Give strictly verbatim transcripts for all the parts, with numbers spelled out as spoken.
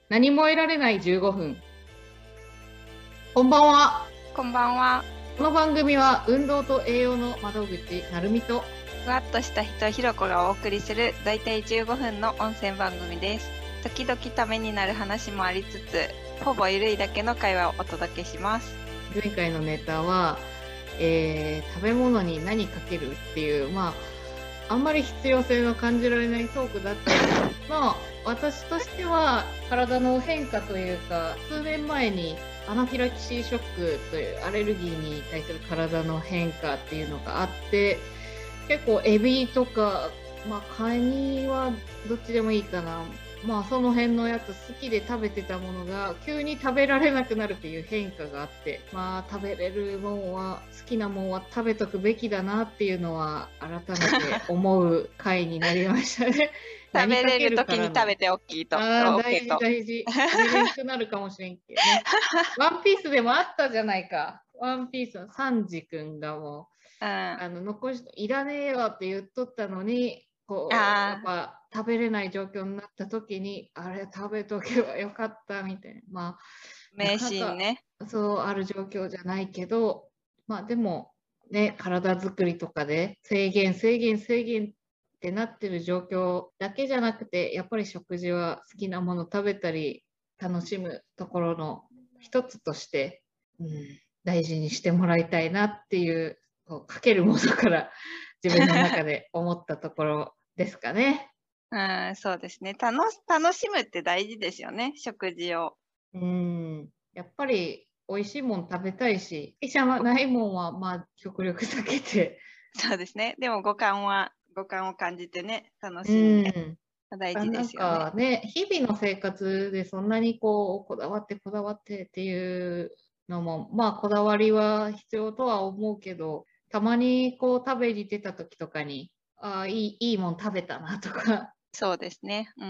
何も得られないじゅうごふん。こんばんは。 こんばんは。 この番組は運動と栄養の窓口なるみとふわっとした人ひろこがお送りするだいたいじゅうごふんの音声番組です。時々ためになる話もありつつ、ほぼゆるいだけの会話をお届けします。 前回のネタは、えー、食べ物に何かけるっていう、まああんまり必要性の感じられないトークだったんですが、私としては体の変化というか、数年前にアナフィラキシーショックというアレルギーに対する体の変化っていうのがあって、結構エビとか、まあ、カニはどっちでもいいかな、まあその辺のやつ好きで食べてたものが急に食べられなくなるっていう変化があって、まあ食べれるもんは好きなもんは食べとくべきだなっていうのは改めて思う回になりましたね。 食べれる時に食べておっきいと。 ああ、大事大事。食べれなくなるかもしれんけどね。ワンピースでもあったじゃないか。ワンピースのサンジ君がもう、うん、あの残しいらねえよって言っとったのに、こうやっぱ食べれない状況になった時に、あれ食べとけばよかったみたいな、まあ迷信ね。 そうある状況じゃないけど、まあでもね、体作りとかで制限制限制限ってなってる状況だけじゃなくて、やっぱり食事は好きなもの食べたり楽しむところの一つとして、うん、大事にしてもらいたいなっていう、こうかけるものから自分の中で思ったところですかね。 うん、そうですね。楽楽しむって大事ですよね、食事を。 うん、やっぱり美味しいもん食べたいし、医者はないもんはまあ極力避けて。 そうですね。でも五感は五感を感じてね、楽しんで、うん、大事ですよね。 なんかね、日々の生活でそんなにこうこだわってこだわってっていうのも、まあこだわりは必要とは思うけど、たまにこう食べに出た時とかに、ああいいいいもん食べたなとか。 そうですね。うん。 うん、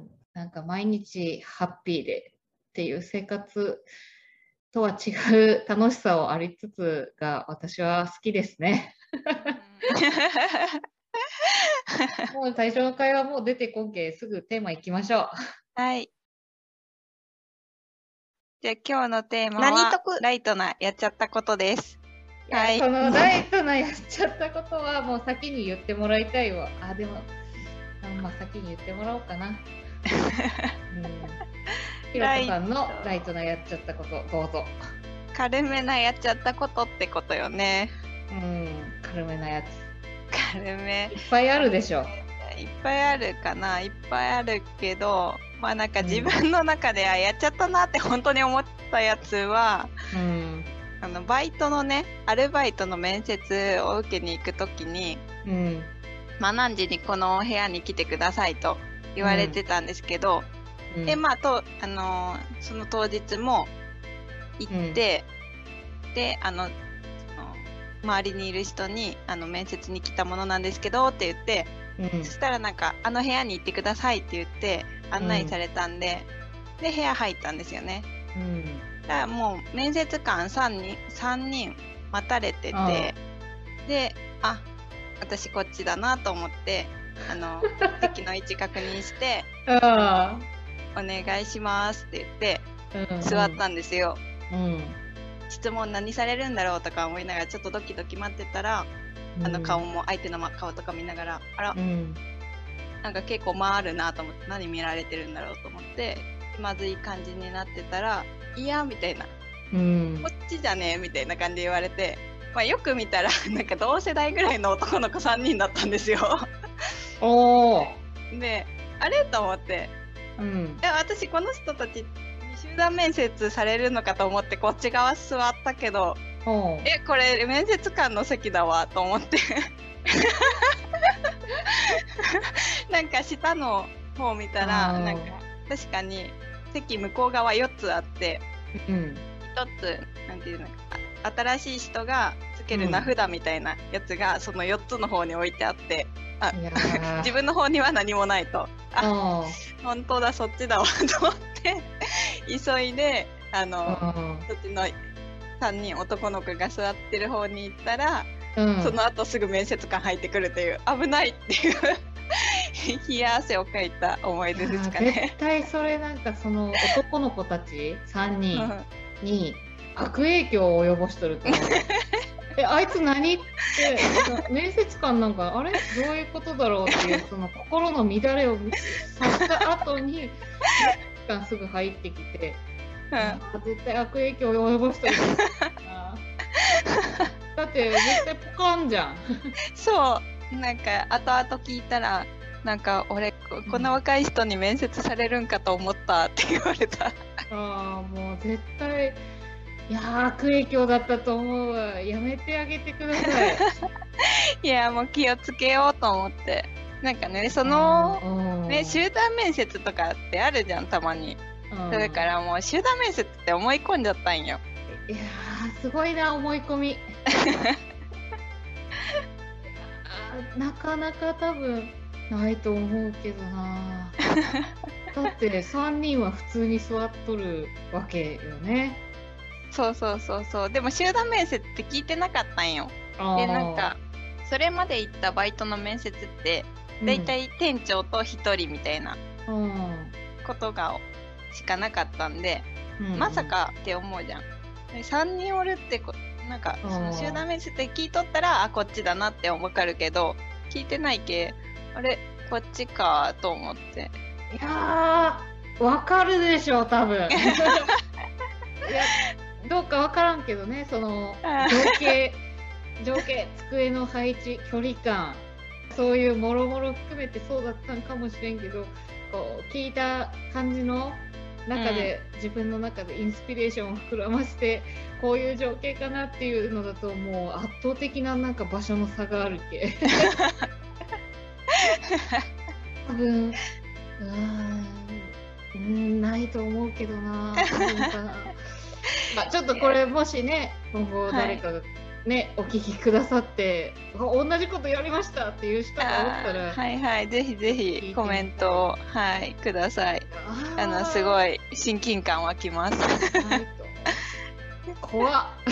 なんか毎日ハッピーでっていう生活とは違う楽しさをありつつが私は好きですね。もう最初の会話もう出てこんけ、すぐテーマいきましょう。 はい。じゃあ今日のテーマはライトなやっちゃったことです。 はい。そのライトなやっちゃったことはもう先に言ってもらいたいわ。あ、でも、まあ先に言ってもらおうかな。うん、ひろこさんのライトなやっちゃったことどうぞ。 軽めなやっちゃったことってことよね。 うん、軽めなやつ。 軽め。 いっぱいあるでしょ。 いっぱいあるかな。いっぱいあるけど、まあなんか自分の中で、うん、あやっちゃったなって本当に思ったやつは、うん、あのバイトのね、アルバイトの面接を受けに行くときに、うん、まあ何時にこの部屋に来てくださいと言われてたんですけど、うん、でまあとあのー、その当日も行って、うん、であの周りにいる人にあの面接に来たものなんですけどって言って、うん、そしたらなんかあの部屋に行ってくださいって言って案内されたんで、うん、で部屋入ったんですよね。うん、だからもう面接官さんにんさんにん待たれてて、であ私こっちだなと思ってあの席の位置確認してお願いしますって言って座ったんですよ。うんうん、質問何されるんだろうとか思いながらちょっとドキドキ待ってたら、うん、あの顔も相手の顔とか見ながらあら、うん、なんか結構間あるなと思って何見られてるんだろうと思って気まずい感じになってたらいやみたいな、うん、こっちじゃねえみたいな感じで言われて、まあ、よく見たらなんか同世代ぐらいの男の子さんにんだったんですよ。おであれと思って、うん、いや私この人たち集団面接されるのかと思ってこっち側座ったけど、えこれ面接官の席だわと思ってなんか下の方見たらなんか確かに席向こう側よっつあって、うん、ひとつなんていうのか新しい人がつける名札みたいなやつがそのよっつの方に置いてあって、あ自分の方には何もないと、あ本当だそっちだわと思って急いであのそっちのさんにん男の子が座ってる方に行ったら、うん、その後すぐ面接官入ってくるという危ないっていう冷や汗をかいた思い出ですかね。 絶対それなんかその男の子たちさんにんに悪影響を及ぼしとると思う。え、あいつ何って面接官なんかあれどういうことだろうっていうその心の乱れをさせた後に面接官すぐ入ってきて、うん、絶対悪影響を及ぼしとるだって絶対ポカンじゃん。 そうなんか後々聞いたらなんか俺こんな若い人に面接されるんかと思ったって言われた。 ああもう絶対いや悪影響だったと思うわ。やめてあげてください。 いやもう気をつけようと思って。なんかねそのね集団面接とかってあるじゃんたまに。だからもう集団面接って思い込んじゃったんよ。 いやーすごいな思い込み。あなかなか多分ないと思うけどな。だってさんにんは普通に座っとるわけよね。 そうそうそうそうでも集団面接って聞いてなかったんよ。でなんかそれまで行ったバイトの面接ってだいたい店長とひとりみたいなことがしかなかったんで、うんうん、まさかって思うじゃん。さんにんおるってこなんかその集団面接って聞いとったらあこっちだなって分かるけど聞いてないけあれこっちかと思って。 いやー分かるでしょ多分。いやどうか分からんけどねその情景情景机の配置距離感そういうもろもろ含めてそうだったんかもしれんけどこう聞いた感じの中で、うん、自分の中でインスピレーションを膨らましてこういう情景かなっていうのだともう圧倒的ななんか場所の差があるけ多分うーんないと思うけどなまあちょっとこれもしね今後誰かがね、はい、お聞きくださって同じことやりましたっていう人がおったらはいはいぜひぜひコメントをはいください。あのすごい親近感湧きます。 怖っ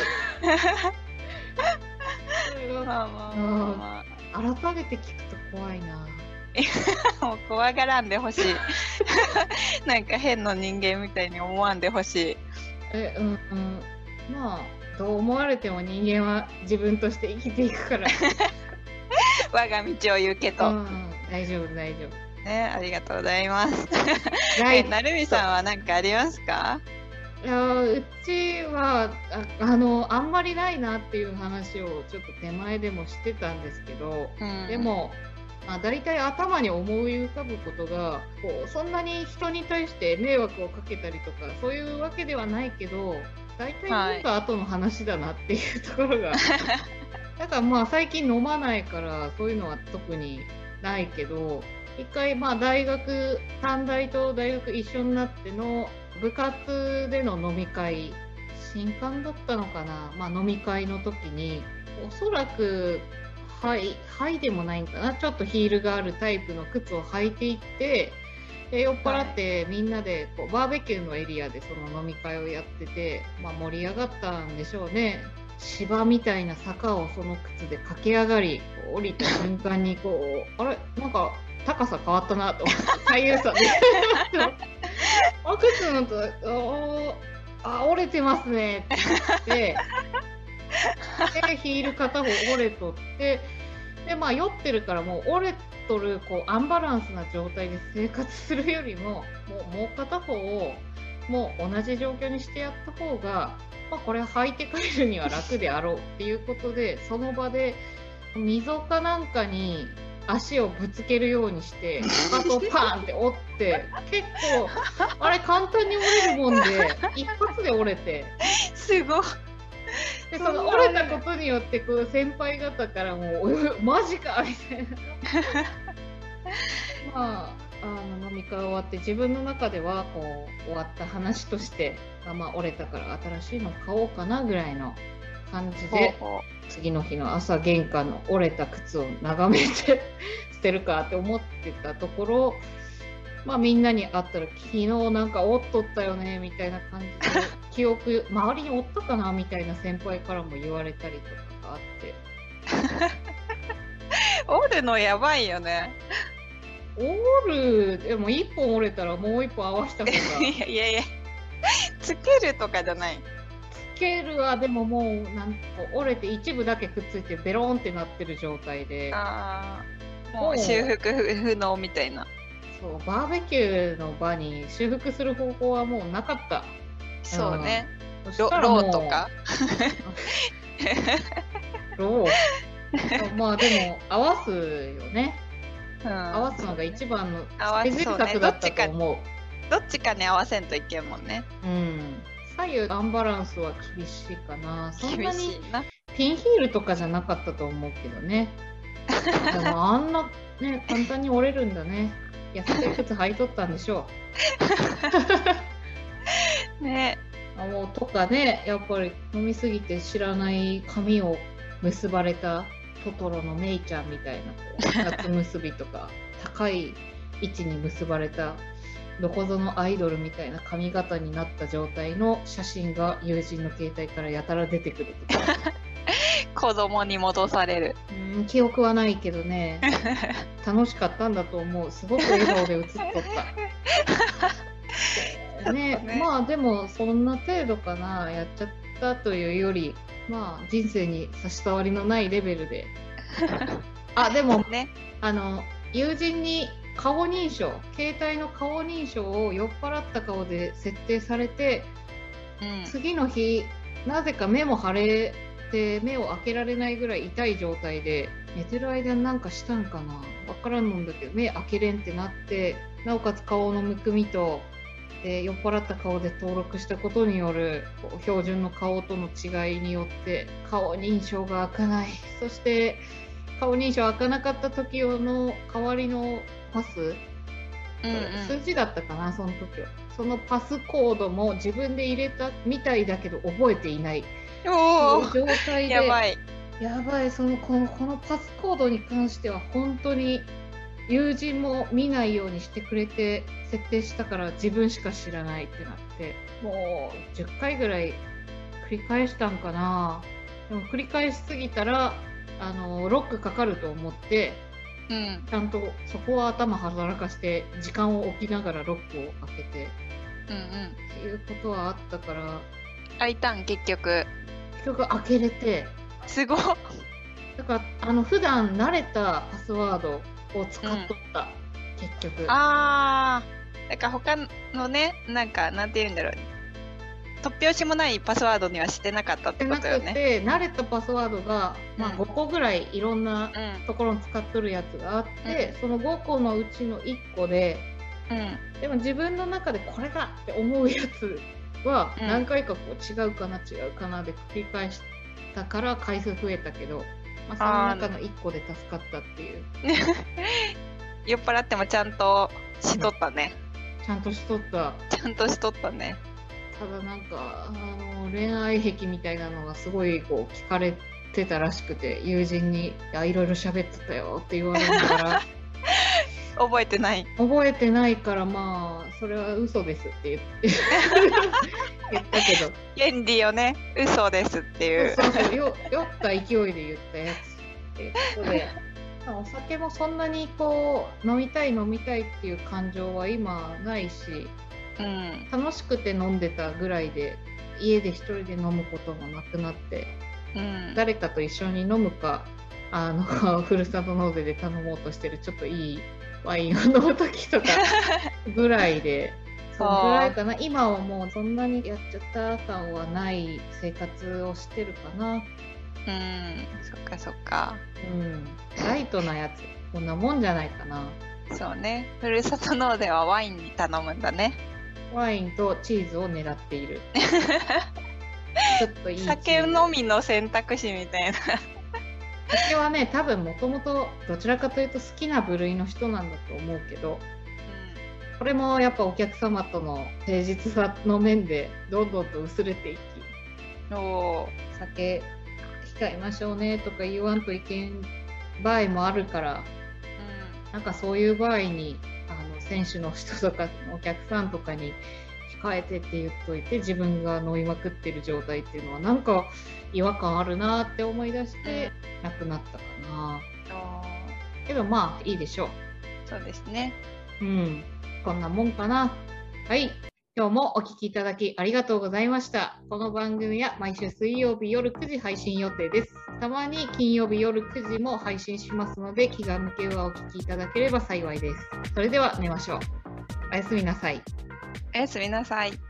まあまあまあまあ改めて聞くと怖いな。 もう怖がらんでほしい。なんか変な人間みたいに思わんでほしい。 えうんうんまあどう思われても人間は自分として生きていくから我が道を行けと、うん、 大丈夫大丈夫ねありがとうございます。えなるみさんは何かありますか？ いやうちは あ, あのあんまりないなっていう話をちょっと手前でもしてたんですけど、うん、でもまあ、大体頭に思い浮かぶことがこうそんなに人に対して迷惑をかけたりとかそういうわけではないけど大体飲んだ後の話だなっていうところが、はい、だからまあ最近飲まないからそういうのは特にないけど一回まあ大学短大と大学一緒になっての部活での飲み会新歓だったのかな、まあ、飲み会の時におそらくはい、はいでもないんかなちょっとヒールがあるタイプの靴を履いていってで酔っ払ってみんなでこうバーベキューのエリアでその飲み会をやってて、まあ、盛り上がったんでしょうね。芝みたいな坂をその靴で駆け上がり降りた瞬間にこうあれなんか高さ変わったなと思って左右差であ靴のとあ折れてますねって言ってでヒール片方折れとってで、まあ、酔ってるからもう折れとるこうアンバランスな状態で生活するよりももう、もう片方をもう同じ状況にしてやった方が、まあ、これ履いて帰るには楽であろうっていうことでその場で溝かなんかに足をぶつけるようにしてかかとパーンって折って結構あれ簡単に折れるもんで一発で折れてすごいでその折れたことによってこう先輩方からもうマジかみたいなまあ、あの飲み会終わって自分の中ではこう終わった話としてあ、まあ、折れたから新しいの買おうかなぐらいの感じでほうほう次の日の朝玄関の折れた靴を眺めて捨てるかって思ってたところまあ、みんなに会ったら昨日なんか折っとったよねみたいな感じで記憶周りに折ったかなみたいな先輩からも言われたりとかがあって折るのやばいよね。 折る、でもいっぽん折れたらもういっぽん合わせた方がいやいやいやつけるとかじゃない。 つけるはでももうなんか折れて一部だけくっついてベローンってなってる状態で、 あもう修復不能みたいな。 そうバーベキューの場に修復する方法はもうなかった。 そうね、 うん、 ローとかローまあでも合わすよね、うん、合わすのが一番の手順策だったと思う。 どっちかに合わせんといけんもんね。 うん、左右アンバランスは厳しいかな。そんなにピンヒールとかじゃなかったと思うけどね。でもあんなね簡単に折れるんだね。安い靴履いとったんでしょう。ね。 あもうとかね、やっぱり飲みすぎて知らない髪を結ばれたトトロのメイちゃんみたいな夏結びとか高い位置に結ばれたどこぞのアイドルみたいな髪型になった状態の写真が友人の携帯からやたら出てくるとか子供に戻される。 うん記憶はないけどね楽しかったんだと思う。すごく笑顔で写っとったね, ねまあでもそんな程度かな。やっちゃったというよりまあ人生に差し障りのないレベルであでも、ね、あの友人に顔認証携帯の顔認証を酔っ払った顔で設定されて、うん、次の日なぜか目も腫れて目を開けられないぐらい痛い状態で寝てる間になんかしたんかなわからんのんだけど目開けれんってなって、なおかつ顔のむくみとで酔っ払った顔で登録したことによる標準の顔との違いによって顔認証が開かない。そして顔認証開かなかった時用の代わりのパス、うんうん、数字だったかなその時は。そのパスコードも自分で入れたみたいだけど覚えていないお状態でやばいやばい。そのこのこのパスコードに関しては本当に友人も見ないようにしてくれて設定したから自分しか知らないってなってもうじゅっかいぐらい繰り返したんかな。でも繰り返しすぎたらあのロックかかると思って、うん、ちゃんとそこは頭働かして時間を置きながらロックを開けて、うんうん、っていうことはあったから開いたん結局結局開けれてすごっ。 だからあの普段慣れたパスワードを使っとった、うん、結局あーだから他のねなんかなんて言うんだろう突拍子もないパスワードにはしてなかったってことよね。 なくて慣れたパスワードが、まあ、ごこぐらいいろんなところに使っとるやつがあって、うん、そのごこのうちのいっこで、うん、でも自分の中でこれだって思うやつは何回かこう違うかな違うかなで繰り返したから回数増えたけど、まあ、その中のいっこで助かったっていう酔っ払ってもちゃんとしとったね、 うん、ちゃんとしとったちゃんとしとったね。 ただなんかあの恋愛癖みたいなのがすごいこう聞かれてたらしくて友人に「いろいろ喋ってたよ」って言われながら覚えてない覚えてないからまあそれは嘘ですって言って言ったけど原理よね嘘ですっていうそうそうよ酔った勢いで言ったやつっていうことでお酒もそんなにこう飲みたい飲みたいっていう感情は今ないし、うん、楽しくて飲んでたぐらいで家で一人で飲むこともなくなって、うん、誰かと一緒に飲むかあのふるさと納税で頼もうとしてるちょっといいワインを飲む時とかぐらいでそのぐらいかな。今はもうそんなにやっちゃった感はない生活をしてるかな。 うんそっかそっか、 うん、ライトなやつこんなもんじゃないかな。 そうねふるさと納税はワインに頼むんだね。 ワインとチーズを狙っているちょっといい酒飲みの選択肢みたいな酒はね多分もともとどちらかというと好きな部類の人なんだと思うけど、うん、これもやっぱお客様との誠実さの面でどんどんと薄れていきお酒控えましょうねとか言わんといけん場合もあるから、うん、なんかそういう場合にあの選手の人とかお客さんとかに控えてって言っといて自分が飲みまくってる状態っていうのはなんか違和感あるなって思い出してなくなったかな、うん、けどまあいいでしょう。 そうですね。 うん、こんなもんかな。はい。今日もお聞きいただきありがとうございました。この番組は毎週水曜日夜くじ配信予定です。たまに金曜日夜くじも配信しますので、気が向けばお聞きいただければ幸いです。それでは寝ましょう。おやすみなさい。 おやすみなさい。